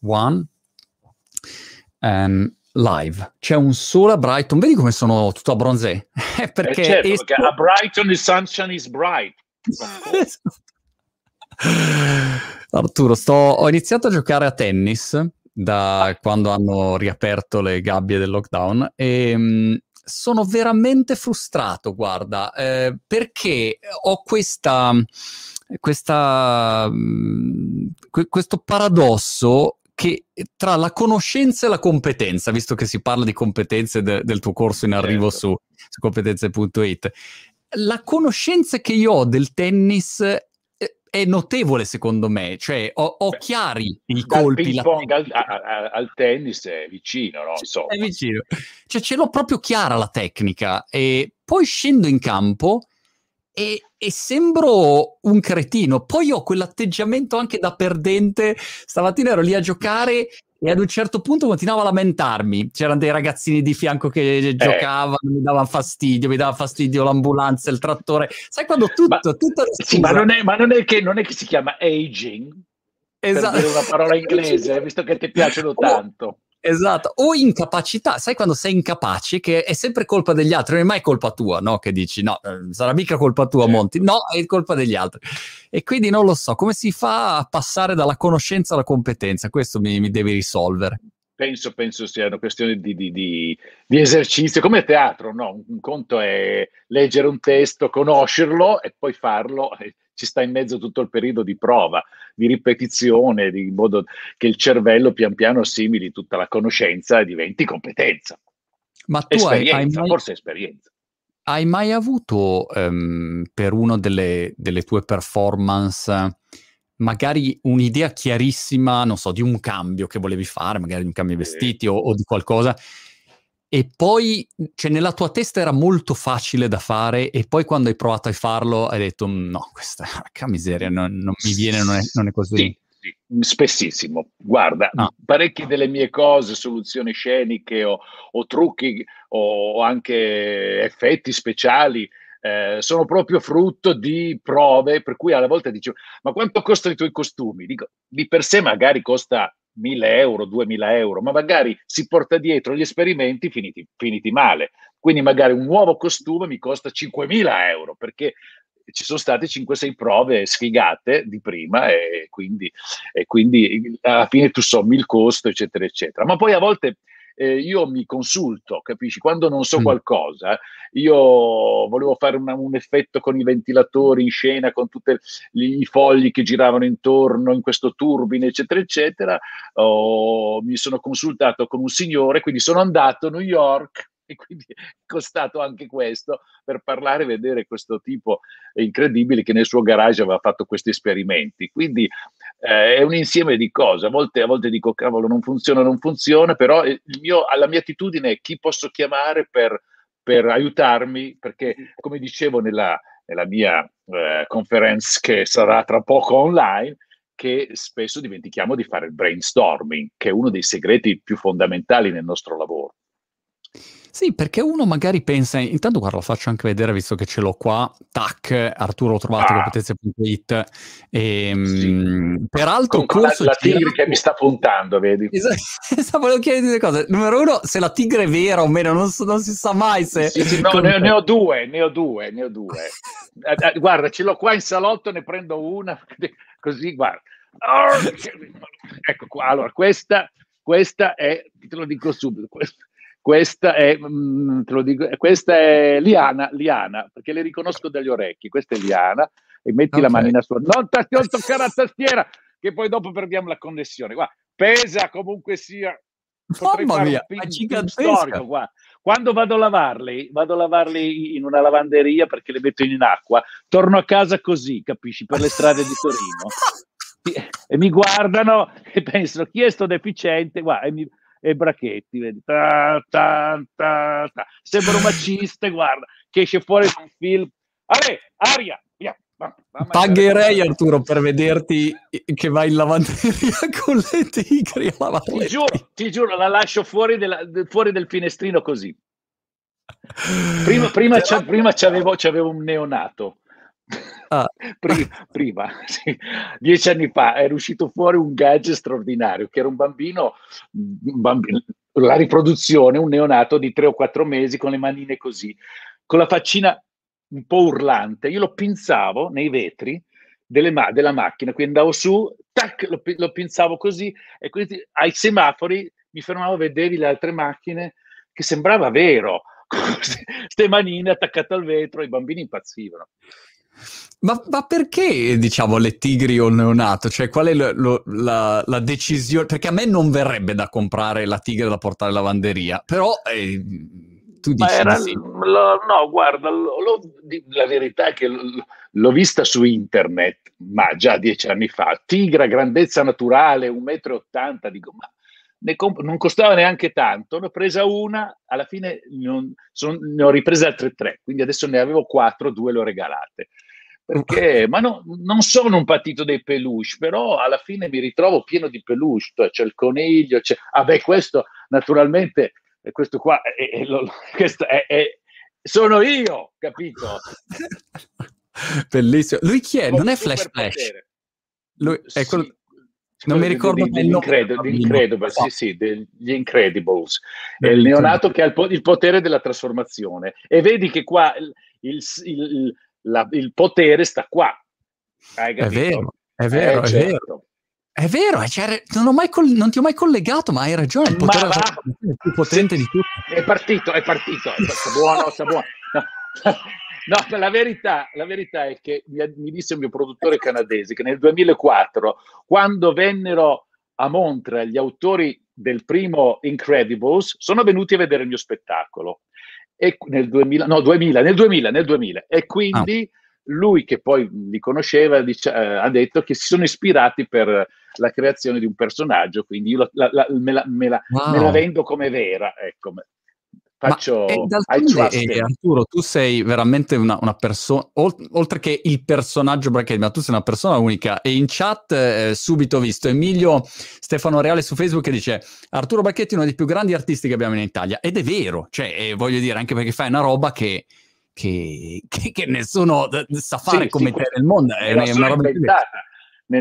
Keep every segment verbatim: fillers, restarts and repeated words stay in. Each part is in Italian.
one, um, live. C'è un sole a Brighton, vedi come sono tutto a bronzé? perché, eh certo, esco... perché a Brighton il sunshine is bright. Arturo, sto, ho iniziato a giocare a tennis da ah. quando hanno riaperto le gabbie del lockdown e mh, sono veramente frustrato, guarda, eh, perché ho questa, questa mh, questo paradosso che tra la conoscenza e la competenza, visto che si parla di competenze de, del tuo corso in arrivo certo. su, su competenze punto it, la conoscenza che io ho del tennis è notevole secondo me, cioè ho, ho Beh, chiari i colpi. Ping pong al, a, al tennis è vicino, no? Insomma. È vicino, cioè ce l'ho proprio chiara la tecnica e poi scendo in campo e, e sembro un cretino, poi ho quell'atteggiamento anche da perdente. Stamattina ero lì a giocare e ad un certo punto continuavo a lamentarmi, c'erano dei ragazzini di fianco che eh. giocavano, mi davano fastidio, mi dava fastidio l'ambulanza, il trattore, sai quando tutto, ma, tutto sì, ma, non è, ma non, è che, non è che si chiama aging, esatto. Per dire una parola inglese, visto che ti piacciono tanto. Esatto, o incapacità, sai quando sei incapace che è sempre colpa degli altri, non è mai colpa tua, no? Che dici no, sarà mica colpa tua certo. Monti, no, è colpa degli altri. E quindi non lo so, come si fa a passare dalla conoscenza alla competenza? Questo mi, mi devi risolvere. Penso, penso sia una questione di, di, di, di esercizio, come teatro, no? Un conto è leggere un testo, conoscerlo e poi farlo, ci sta in mezzo tutto il periodo di prova, di ripetizione, di modo che il cervello pian piano assimili tutta la conoscenza e diventi competenza. Ma tu esperienza, hai, hai mai, forse esperienza. Hai mai avuto um, per una delle, delle tue performance magari un'idea chiarissima, non so, di un cambio che volevi fare, magari di un cambio di vestiti o, o di qualcosa, e poi, cioè, nella tua testa era molto facile da fare e poi quando hai provato a farlo hai detto no, questa porca miseria, non, non mi viene, non è, non è così. Sì, sì, spessissimo. Guarda, ah. parecchie delle mie cose, soluzioni sceniche o, o trucchi o anche effetti speciali Eh, sono proprio frutto di prove, per cui alle volte dicevo ma quanto costano i tuoi costumi? Dico, di per sé magari costa mille euro, duemila euro, ma magari si porta dietro gli esperimenti finiti, finiti male, quindi magari un nuovo costume mi costa cinquemila euro perché ci sono state cinque sei prove sfigate di prima e quindi, e quindi alla fine tu sommi il costo eccetera eccetera, ma poi a volte Eh, io mi consulto, capisci? Quando non so mm. qualcosa, io volevo fare una, un effetto con i ventilatori in scena, con tutti i fogli che giravano intorno in questo turbine, eccetera, eccetera. Oh, mi sono consultato con un signore, quindi sono andato a New York e quindi è costato anche questo per parlare e vedere questo tipo incredibile che nel suo garage aveva fatto questi esperimenti. Quindi eh, è un insieme di cose. A volte, a volte dico cavolo non funziona, non funziona, però il mio, la mia attitudine è chi posso chiamare per, per aiutarmi, perché come dicevo nella, nella mia eh, conference che sarà tra poco online, che spesso dimentichiamo di fare il brainstorming, che è uno dei segreti più fondamentali nel nostro lavoro. Sì, perché uno magari pensa, intanto guarda, lo faccio anche vedere visto che ce l'ho qua, tac, Arturo lo trovate, ah. competenze punto it, e, sì. mh, peraltro con, corso la, la tigre che mi sta puntando, vedi? Esatto, volevo chiedere due cose. Numero uno, se la tigre è vera o meno, non, so, non si sa mai se... Sì, sì, no, con... ne, ne ho due, ne ho due, ne ho due. eh, eh, guarda, ce l'ho qua in salotto, ne prendo una, così, guarda. Oh, ecco qua, allora, questa, questa è, te lo dico subito, questa, Questa è, mh, te lo dico, questa è Liana, Liana, perché le riconosco dagli orecchi. Questa è Liana, e metti okay. la manina su. Non, ta- non toccare la tastiera, che poi dopo perdiamo la connessione. Guarda, pesa comunque sia. Mamma mia, un è film storico, guarda. Quando vado a lavarli, vado a lavarli in una lavanderia perché le metto in acqua, torno a casa così, capisci, per le strade di Torino. E mi guardano e pensano, chi è sto deficiente? Guarda, e mi... e Brachetti, vedi, ta, ta, ta, ta. Sembra un maciste, guarda, che esce fuori un film. Ale, aria, via. Pagherei, Arturo, per vederti che vai in lavanderia con le tigri a lavare. Ti giuro, ti giuro, la lascio fuori, della, fuori del finestrino così. Prima, prima, c'avevo, prima c'avevo, c'avevo un neonato. Ah. Prima, prima sì, dieci anni fa era uscito fuori un gadget straordinario, che era un bambino, un bambino, la riproduzione, un neonato di tre o quattro mesi con le manine così, con la faccina un po' urlante. Io lo pinzavo nei vetri delle ma- della macchina, quindi andavo su, tac, lo, pi- lo pinzavo così, e quindi ai semafori mi fermavo, vedevi le altre macchine, che sembrava vero, queste manine attaccate al vetro, i bambini impazzivano. Ma, ma perché, diciamo, le tigri o il neonato? Cioè, qual è lo- lo- la, la decisione? Perché a me non verrebbe da comprare la tigre da portare in lavanderia, però eh, tu Ma dici di era, sì. lo- no, guarda, lo- lo- di- la verità è che l- l'ho vista su internet, ma già dieci anni fa, tigra, grandezza naturale, un metro e ottanta, dico, ma ne comp- non costava neanche tanto, ne ho presa una, alla fine non- son- ne ho riprese altre tre, quindi adesso ne avevo quattro, due le ho regalate. Perché, ma no, non sono un patito dei peluche, però alla fine mi ritrovo pieno di peluche, cioè c'è il coniglio, c'è... Ah beh, questo naturalmente, eh, questo qua, è, è- lo- questo è- è- sono io, capito? Bellissimo. Lui chi è? Ho Non un è Flash Flash. superpotere. Lui è quello... Sì, Non mi quello de- de- ricordo de- mai il degli nome del Incredibles, gli bambino. Incredibles, No, sì, sì, degli Incredibles. È il dell'incredibile. neonato che ha il, po- il potere della trasformazione. E vedi che qua il, il- il- la- il potere sta qua. Hai È vero, capito? è Eh, vero, è vero. certo. È vero, eh, cioè, non, ho mai coll- non ti ho mai collegato, ma hai ragione, il Ma potere della va, trasformazione è il più se- potente di tutti. è partito, è partito, è sta buono, sta buono. No, no, ma la verità, la verità è che mi, mi disse il mio produttore canadese che nel duemilaquattro, quando vennero a Montreal gli autori del primo Incredibles, sono venuti a vedere il mio spettacolo. E nel duemila, no, duemila, nel duemila, nel duemila. E Ah, quindi lui, che poi li conosceva, dice- eh, ha detto che si sono ispirati per la creazione di un personaggio, quindi io la- la- me, la, me la- me la wow. vendo come vera, ecco, me- Ma e faccio I d'altronde, trust eh, him. Arturo, tu sei veramente una, una persona, oltre che il personaggio Brachetti, ma tu sei una persona unica. E in chat eh, subito ho visto Emilio Stefano Reale su Facebook che dice Arturo Brachetti è uno dei più grandi artisti che abbiamo in Italia. Ed è vero, cioè, eh, voglio dire, anche perché fai una roba che, che, che, che nessuno eh, sa fare Sì, come sì, te nel mondo, è me una, la è sono una roba incredibile. inventata. Nel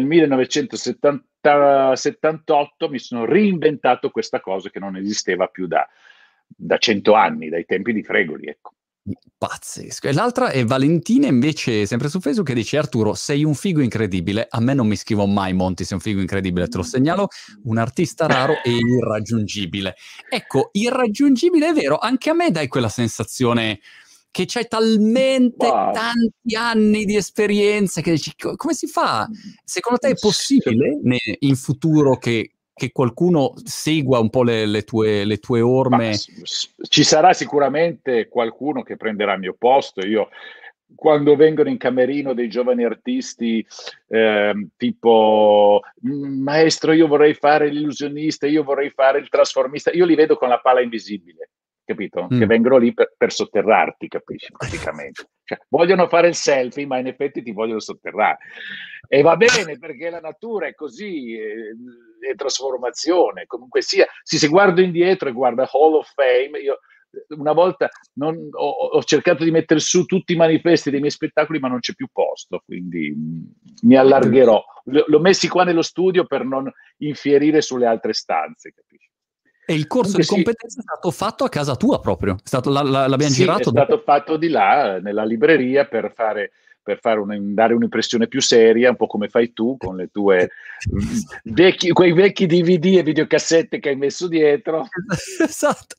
millenovecentosettantotto mi sono reinventato questa cosa che non esisteva più da, da cento anni, dai tempi di Fregoli, ecco. Pazzesco. E l'altra è Valentina, invece, sempre su Facebook, che dice Arturo, sei un figo incredibile. A me non mi scrivo mai Monti, sei un figo incredibile, te lo segnalo. Un artista raro e irraggiungibile. Ecco, irraggiungibile è vero, anche a me dai quella sensazione che c'hai talmente Ma tanti anni di esperienza che dici, co- come si fa? Secondo te è possibile ne- in futuro che, che qualcuno segua un po' le, le tue, le tue Ma orme? s- s- ci sarà sicuramente qualcuno che prenderà il mio posto. Io, quando vengono in camerino dei giovani artisti, ehm, tipo, "Mm, maestro, io vorrei fare l'illusionista, io vorrei fare il trasformista", io li vedo con la pala invisibile, capito? Che Mm. vengono lì per, per sotterrarti, capisci? Praticamente. Cioè, vogliono fare il selfie, ma in effetti ti vogliono sotterrare. E va bene, perché la natura è così, è, è trasformazione. Comunque sia, sì, se guardo indietro e guardo Hall of Fame, io una volta non, ho, ho cercato di mettere su tutti i manifesti dei miei spettacoli, ma non c'è più posto, quindi mh, mi allargherò. L- l'ho messi qua nello studio per non infierire sulle altre stanze, capisci? E il corso Comunque di sì, competenza è stato fatto a casa tua proprio? È stato, la- la- l'abbiamo sì, è girato da te? stato fatto di là, nella libreria, per fare, per fare un- dare un'impressione più seria, un po' come fai tu con le tue mh, vecchi, quei vecchi D V D e videocassette che hai messo dietro. Esatto.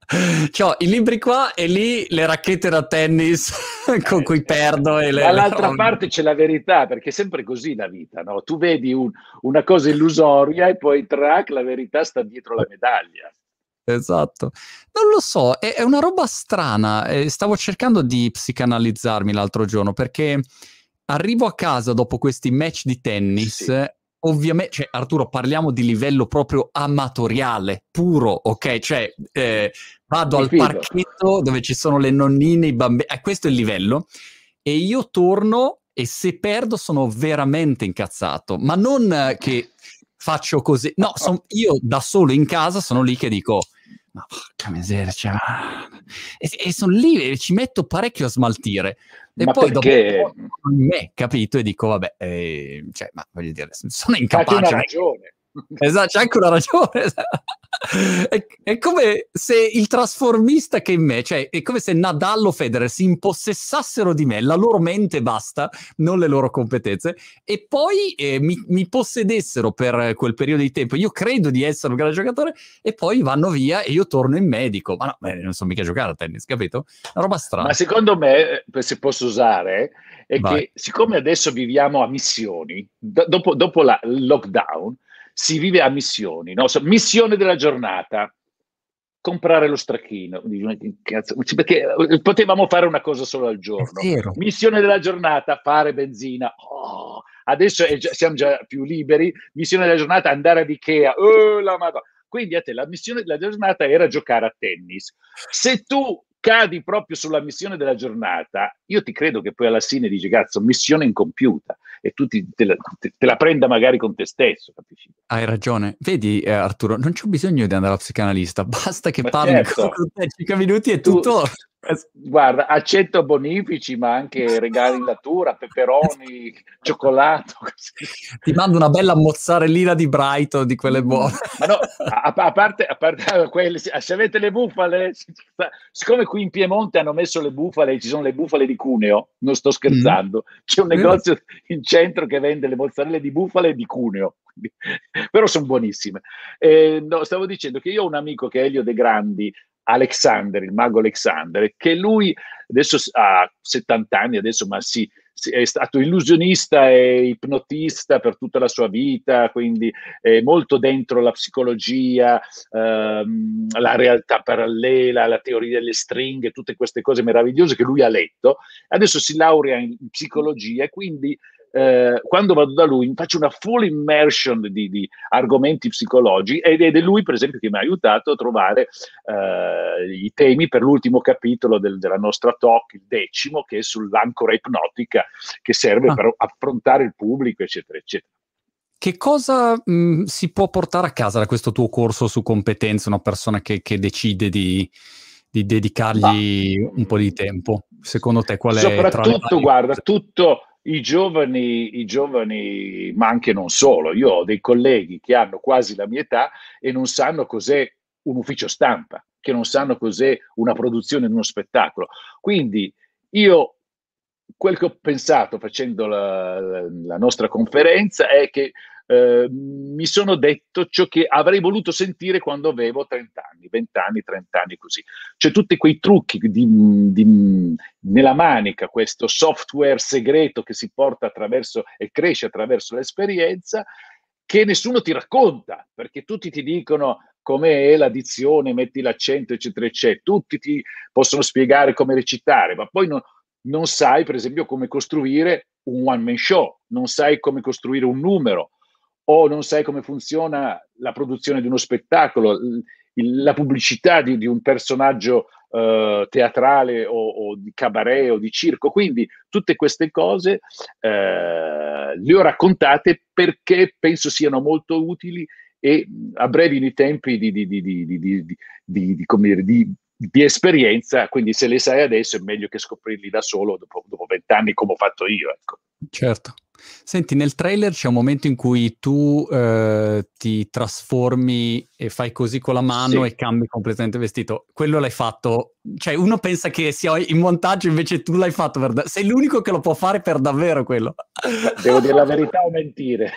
C'ho i libri qua e lì le racchette da tennis con cui perdo e le, le Dall'altra robe. parte c'è la verità, perché è sempre così la vita, no? Tu vedi un- una cosa illusoria e poi track, la verità sta dietro la medaglia. Esatto. Non lo so, è, è una roba strana. Eh, stavo cercando di psicanalizzarmi l'altro giorno perché arrivo a casa dopo questi match di tennis. Sì. Ovviamente, cioè, Arturo, parliamo di livello proprio amatoriale, puro, ok? Cioè, eh, vado Mi al fido. parchetto dove ci sono le nonnine, i bambini, eh, questo è il livello. E io torno e se perdo sono veramente incazzato, ma non eh, che faccio così. No, son, io da solo in casa sono lì che dico, ma porca miseria, cioè, e, e sono lì e ci metto parecchio a smaltire. E ma poi perché? dopo me, capito? E dico, vabbè, eh, cioè, ma voglio dire, sono Fate una incapace. ragione. Esatto, c'è anche una ragione. È, è come se il trasformista che in me, cioè è come se Nadal o Federer si impossessassero di me, la loro mente basta, non le loro competenze, e poi eh, mi, mi possedessero per quel periodo di tempo. Io credo di essere un grande giocatore e poi vanno via e io torno in me e dico, ma no, beh, non so mica giocare a tennis, capito? Una roba strana. Ma secondo me, se posso usare, è Vai. che siccome adesso viviamo a missioni, do- dopo, dopo la, il lockdown, si vive a missioni, no? So, missione della giornata, comprare lo stracchino. Cazzo, perché potevamo fare una cosa solo al giorno. È vero. Missione della giornata, fare benzina. Oh, adesso è già, siamo già più liberi. Missione della giornata, andare ad Ikea. Oh, la Madonna. Quindi a te la missione della giornata era giocare a tennis. Se tu cadi proprio sulla missione della giornata, io ti credo che poi alla fine dici, cazzo, missione incompiuta, e tu ti, te, la, te, te la prenda magari con te stesso, capisci? Hai ragione. Vedi, eh, Arturo, non c'ho bisogno di andare allo psicanalista, basta che Ma parli certo, con te cinque minuti e tu, tutto. guarda, accetto bonifici, ma anche regali in natura, peperoni, cioccolato. Così. Ti mando una bella mozzarellina di Brighton, di quelle buone. Ma no, a, a parte, a parte quelle, se avete le bufale, siccome qui in Piemonte hanno messo le bufale, ci sono le bufale di Cuneo, non sto scherzando, mm. c'è un negozio in centro che vende le mozzarelle di bufale di Cuneo, quindi, però sono buonissime. Eh, no, stavo dicendo che io ho un amico che è Elio De Grandi, Alexander, il mago Alexander, che lui adesso ha settanta anni, adesso, ma sì, è stato illusionista e ipnotista per tutta la sua vita, quindi è molto dentro la psicologia, ehm, la realtà parallela, la teoria delle stringhe, tutte queste cose meravigliose che lui ha letto. Adesso si laurea in psicologia e quindi eh, quando vado da lui faccio una full immersion di, di argomenti psicologici ed è lui per esempio che mi ha aiutato a trovare eh, i temi per l'ultimo capitolo del, della nostra talk, il decimo, che è sull'ancora ipnotica, che serve ah. per affrontare il pubblico, eccetera, eccetera. Che cosa mh, si può portare a casa da questo tuo corso su competenze, una persona che, che decide di, di dedicargli Ma, un po' di tempo? Secondo te qual è? Soprattutto, guarda, tutto i giovani, i giovani, ma anche non solo. Io ho dei colleghi che hanno quasi la mia età e non sanno cos'è un ufficio stampa, che non sanno cos'è una produzione di uno spettacolo. Quindi io, quel che ho pensato facendo la, la nostra conferenza è che eh, mi sono detto ciò che avrei voluto sentire quando avevo trenta anni, venti anni, trenta anni, così. Cioè tutti quei trucchi di, di, nella manica, questo software segreto che si porta attraverso e cresce attraverso l'esperienza, che nessuno ti racconta, perché tutti ti dicono com'è la dizione, metti l'accento, eccetera, eccetera. Tutti ti possono spiegare come recitare, ma poi non, non sai, per esempio, come costruire un one-man show, non sai come costruire un numero, o non sai come funziona la produzione di uno spettacolo, il, la pubblicità di, di un personaggio uh, teatrale o, o di cabaret o di circo. Quindi tutte queste cose uh, le ho raccontate perché penso siano molto utili e abbrevino i tempi di, di, di, di, di, di, di, di, come dire, di, di esperienza, quindi se le sai adesso è meglio che scoprirli da solo dopo vent'anni come ho fatto io, ecco. Certo. Senti, nel trailer c'è un momento in cui tu eh, ti trasformi e fai così con la mano sì. e cambi completamente vestito. Quello l'hai fatto, cioè uno pensa che sia in montaggio, invece tu l'hai fatto per da- sei l'unico che lo può fare per davvero quello. Devo dire la verità o mentire?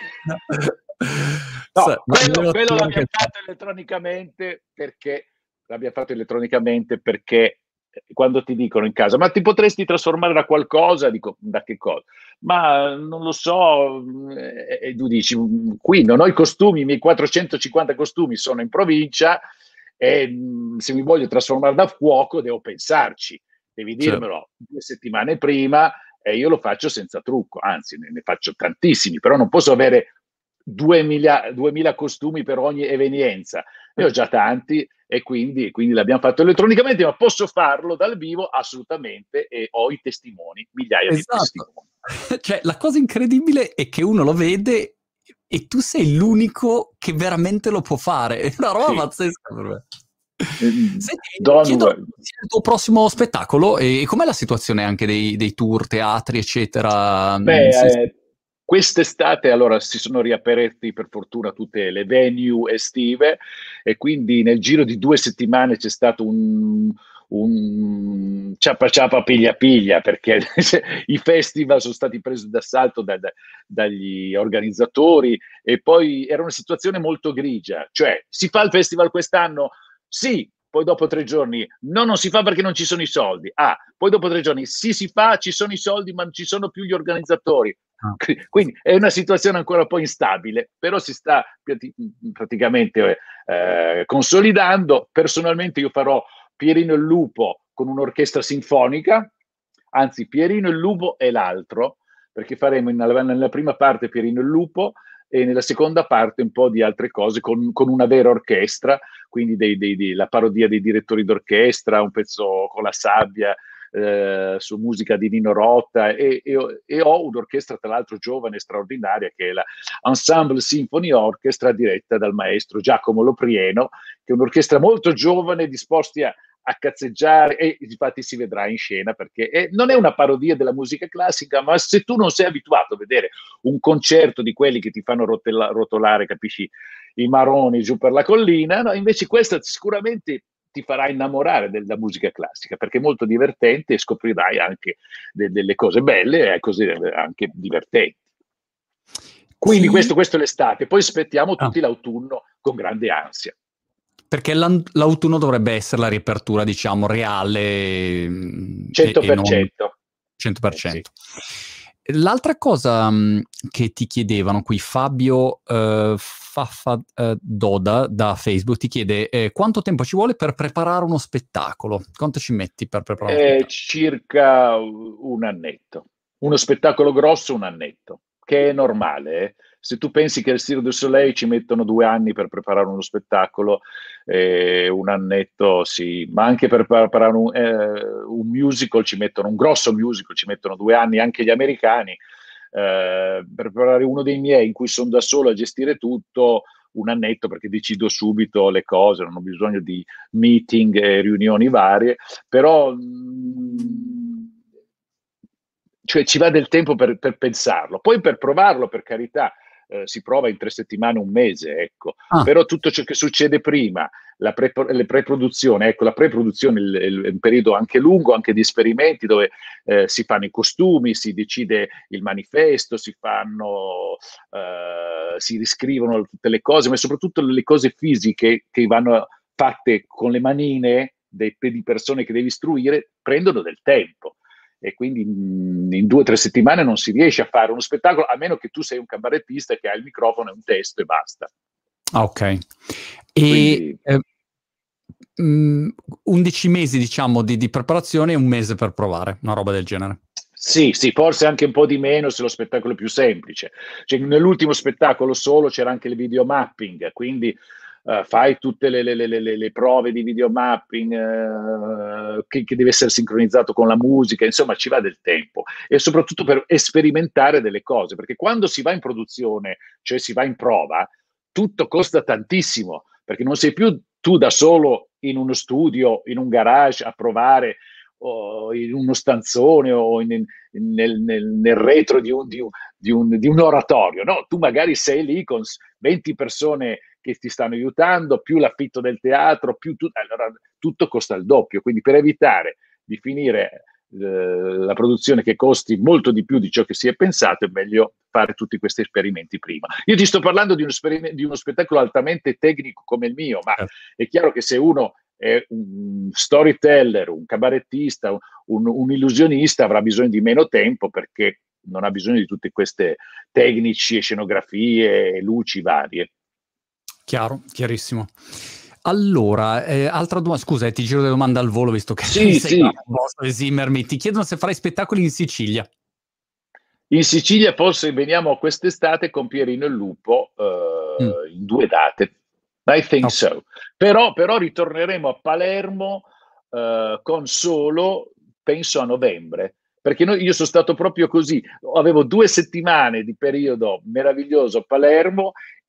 No, no quello, quello l'abbiamo fatto elettronicamente perché l'abbiamo fatto elettronicamente perché quando ti dicono in casa ma ti potresti trasformare da qualcosa, dico da che cosa? Ma non lo so, e tu dici qui non ho i costumi, i miei quattrocentocinquanta costumi sono in provincia e se mi voglio trasformare da fuoco devo pensarci, devi dirmelo certo. due settimane prima e io lo faccio senza trucco, anzi ne, ne faccio tantissimi, però non posso avere duemila, duemila costumi per ogni evenienza, ne ho già tanti e quindi, quindi l'abbiamo fatto elettronicamente, ma posso farlo dal vivo assolutamente e ho i testimoni, migliaia esatto. di testimoni. Cioè la cosa incredibile è che uno lo vede e tu sei l'unico che veramente lo può fare, è una roba sì. pazzesca per me. Senti, Don, chiedo il tuo prossimo spettacolo e com'è la situazione anche dei, dei tour, teatri, eccetera? beh, Se- eh, quest'estate allora si sono riaperti per fortuna tutte le venue estive e quindi nel giro di due settimane c'è stato un, un ciapa ciapa piglia piglia perché i festival sono stati presi d'assalto da- da- dagli organizzatori e poi era una situazione molto grigia, cioè si fa il festival quest'anno? Sì, poi dopo tre giorni no, non si fa perché non ci sono i soldi. Ah, poi dopo tre giorni sì, si fa, ci sono i soldi, ma non ci sono più gli organizzatori. ah, Quindi è una situazione ancora un po' instabile, però si sta praticamente eh, consolidando. Personalmente io farò Pierino il Lupo con un'orchestra sinfonica, anzi Pierino il Lupo e l'altro, perché faremo in, nella prima parte Pierino il Lupo e nella seconda parte un po' di altre cose con, con una vera orchestra, quindi dei, dei, dei, la parodia dei direttori d'orchestra, un pezzo con la sabbia, eh, su musica di Nino Rota e, e, e ho un'orchestra tra l'altro giovane e straordinaria che è la Ensemble Symphony Orchestra diretta dal maestro Giacomo Loprieno, che è un'orchestra molto giovane disposti a, a cazzeggiare e infatti si vedrà in scena perché è, non è una parodia della musica classica, ma se tu non sei abituato a vedere un concerto di quelli che ti fanno rotella, rotolare, capisci, i maroni giù per la collina, no? Invece questa sicuramente ti farà innamorare della musica classica perché è molto divertente e scoprirai anche de- delle cose belle e cose anche divertenti. Quindi ti... questo, questo è l'estate, poi aspettiamo ah, tutti l'autunno con grande ansia. perché l'an- l'autunno dovrebbe essere la riapertura, diciamo, reale mm, e, e non cento per cento. Eh, sì. cento per cento. L'altra cosa mh, che ti chiedevano qui, Fabio eh, Faffa eh, Doda da Facebook ti chiede eh, quanto tempo ci vuole per preparare uno spettacolo? Quanto ci metti per preparare uno È spettacolo? circa un annetto. Uno spettacolo grosso, un annetto, che è normale. Eh. Se tu pensi che al Cirque du Soleil ci mettono due anni per preparare uno spettacolo, eh, un annetto sì, ma anche per preparare un, eh, un musical ci mettono, un grosso musical ci mettono due anni, anche gli americani. Eh, per preparare uno dei miei in cui sono da solo a gestire tutto, un annetto perché decido subito le cose, non ho bisogno di meeting e riunioni varie, però mh, cioè, ci va del tempo per, per pensarlo. Poi per provarlo, per carità, eh, si prova in tre settimane, un mese, ecco. Ah, Però tutto ciò che succede prima, la pre, le pre-produzione, ecco, la pre-produzione è un periodo anche lungo, anche di esperimenti, dove eh, si fanno i costumi, si decide il manifesto, si fanno, eh, si riscrivono tutte le cose, ma soprattutto le cose fisiche che vanno fatte con le manine dei, di persone che devi istruire, prendono del tempo e quindi mh, in due o tre settimane non si riesce a fare uno spettacolo a meno che tu sei un cabarettista che ha il microfono e un testo e basta. ah, ok. E Quindi eh, mh, undici mesi, diciamo, di, di preparazione e un mese per provare, una roba del genere. sì, sì, forse anche un po' di meno se lo spettacolo è più semplice. Cioè, nell'ultimo spettacolo solo c'era anche il videomapping, quindi uh, fai tutte le, le, le, le, le prove di videomapping uh, che, che deve essere sincronizzato con la musica, insomma ci va del tempo e soprattutto per sperimentare delle cose, perché quando si va in produzione, cioè si va in prova, tutto costa tantissimo, perché non sei più tu da solo in uno studio, in un garage a provare o in uno stanzone o in, in, nel, nel, nel, retro di un, di, un, di, un, di un oratorio. No, tu magari sei lì con venti persone che ti stanno aiutando, più l'affitto del teatro, più tu, allora tutto costa il doppio. Quindi per evitare di finire eh, la produzione che costi molto di più di ciò che si è pensato, è meglio fare tutti questi esperimenti prima. Io ti sto parlando di uno, di uno spettacolo altamente tecnico come il mio, ma Certo. è chiaro che se uno è un storyteller, un cabarettista, un, un illusionista avrà bisogno di meno tempo perché non ha bisogno di tutte queste tecnici e scenografie e luci varie. Chiaro, chiarissimo. Allora, eh, altra domanda, scusa, eh, ti giro le domande al volo visto che Sì, sei qua sì. con Bosco e Zimmermi. Ti chiedono se farai spettacoli in Sicilia. In Sicilia forse veniamo quest'estate con Pierino il Lupo Mm. uh, in due date. I think Okay. so. Però, però ritorneremo a Palermo uh, con solo, penso a novembre, perché noi, io sono stato proprio così. Avevo due settimane di periodo meraviglioso a Palermo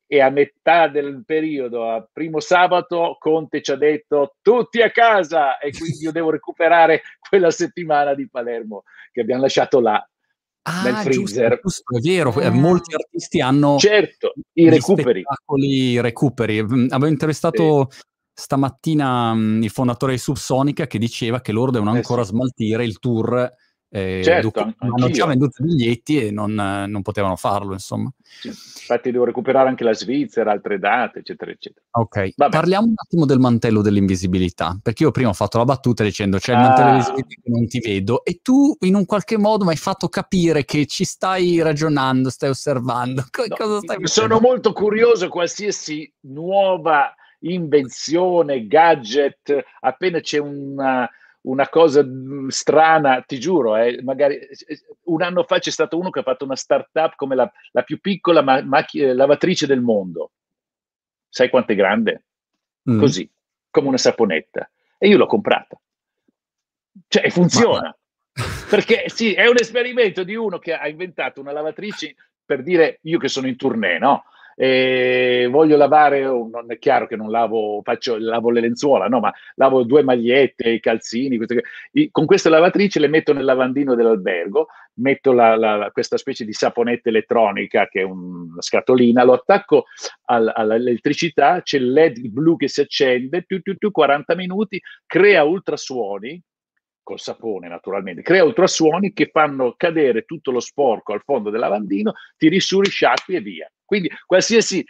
e a metà del periodo, a primo sabato, Conte ci ha detto tutti a casa, e quindi io devo recuperare quella settimana di Palermo che abbiamo lasciato là nel Ah, giusto, freezer. giusto, è vero. Eh, Mm, molti artisti hanno certo, i gli recuperi. spettacoli recuperi. Mm, Avevo Sì. intervistato stamattina mm, il fondatore di Subsonica che diceva che loro devono Eh ancora sì. smaltire il tour, eh, Certo, dopo an- hanno già anch'io. venduto i biglietti e non, eh, non potevano farlo, insomma. Sì. Infatti devo recuperare anche la Svizzera, altre date, eccetera, eccetera. Ok, Vabbè. parliamo un attimo del mantello dell'invisibilità, perché io prima ho fatto la battuta dicendo c'è il mantello Ah, dell'invisibilità che non ti vedo, e tu in un qualche modo mi hai fatto capire che ci stai ragionando, stai osservando. Co- no, cosa stai sono facendo? molto curioso, qualsiasi nuova invenzione, gadget, appena c'è una, una cosa mm, strana, ti giuro, eh, magari eh, un anno fa c'è stato uno che ha fatto una startup come la, la più piccola ma- macchi- eh, lavatrice del mondo. Sai quanto è grande? Mm. Così, come una saponetta. E io l'ho comprata. Cioè, e Ma, ma... funziona. Perché sì, è un esperimento di uno che ha inventato una lavatrice per dire io che sono in tournée, no? E voglio lavare, oh, non è chiaro che non lavo, faccio, lavo le lenzuola, no? Ma lavo due magliette, i calzini, queste, con questa lavatrice le metto nel lavandino dell'albergo, metto la, la, questa specie di saponetta elettronica che è una scatolina, lo attacco al, all'elettricità, c'è il L E D blu che si accende, tu, tu, tu, quaranta minuti, crea ultrasuoni, col sapone naturalmente, crea ultrasuoni che fanno cadere tutto lo sporco al fondo del lavandino, tiri su, risciacqui e via. Quindi qualsiasi,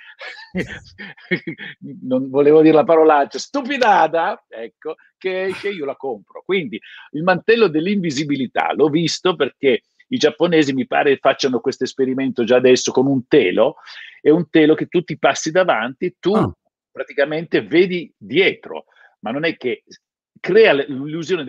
non volevo dire la parolaccia, stupidata, ecco, che esce io la compro. Quindi il mantello dell'invisibilità l'ho visto perché i giapponesi mi pare facciano questo esperimento già adesso con un telo, è un telo che tu ti passi davanti e tu Ah, praticamente vedi dietro, ma non è che crea l'illusione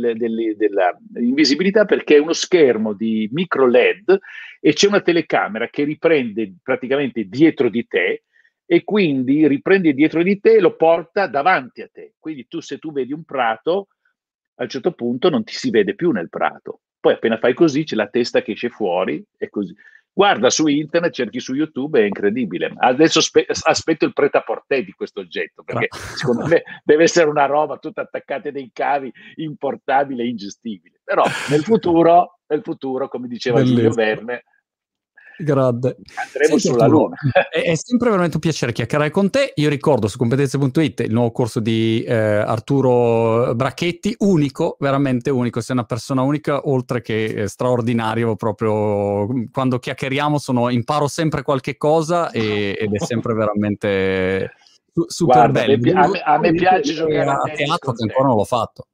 dell'invisibilità perché è uno schermo di micro L E D e c'è una telecamera che riprende praticamente dietro di te e quindi riprende dietro di te e lo porta davanti a te. Quindi tu se tu vedi un prato, a un certo punto non ti si vede più nel prato. Poi appena fai così c'è la testa che esce fuori e così. Guarda su internet, cerchi su YouTube, è incredibile. Adesso spe- aspetto il prêt-à-porter di questo oggetto, gra- perché secondo me deve essere una roba tutta attaccata a dei cavi, importabile e ingestibile. Però nel futuro, nel futuro, come diceva Giulio bellissimo. Verne, Grande. andremo Senti sulla Arturo, Luna. è, è sempre veramente un piacere chiacchierare con te. Io ricordo su competenze punto it il nuovo corso di eh, Arturo Bracchetti, unico, veramente unico. Sei una persona unica, oltre che eh, straordinario. Proprio quando chiacchieriamo sono, imparo sempre qualche cosa e, ed è sempre veramente su- super Guarda, a me, bello. pi- a me- a me piace E giocare a a tennis teatro con che ancora te. non l'ho fatto.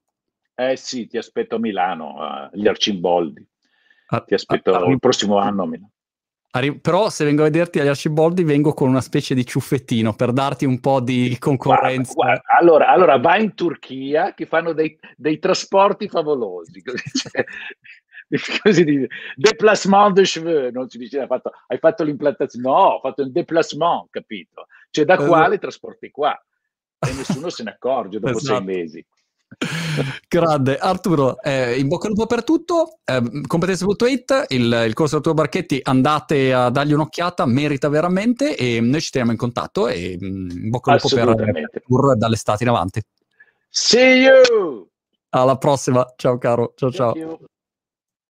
Eh sì, ti aspetto a Milano, agli Arcimboldi. A- Ti a- aspetto il arri- prossimo anno a Milano. Arri- Però se vengo a vederti agli Arciboldi vengo con una specie di ciuffettino per darti un po' di Guarda, concorrenza. guarda, allora, allora vai in Turchia che fanno dei, dei trasporti favolosi. Così, cioè, così di, déplacement de cheveux, non si dice, hai fatto, hai fatto l'implantazione, no, ho fatto il déplacement, capito? Cioè da qua Esatto. le trasporti qua e nessuno se ne accorge dopo sei Esatto. mesi. Grande. Arturo, eh, in bocca al lupo per tutto. Eh, competenze punto it, il, il corso Arturo Barchetti, andate a dargli un'occhiata, merita veramente, e noi ci teniamo in contatto e mm, in bocca al lupo per, per il Assolutamente. tour dall'estate in avanti. See you! Alla prossima, ciao caro, ciao Thank ciao. you.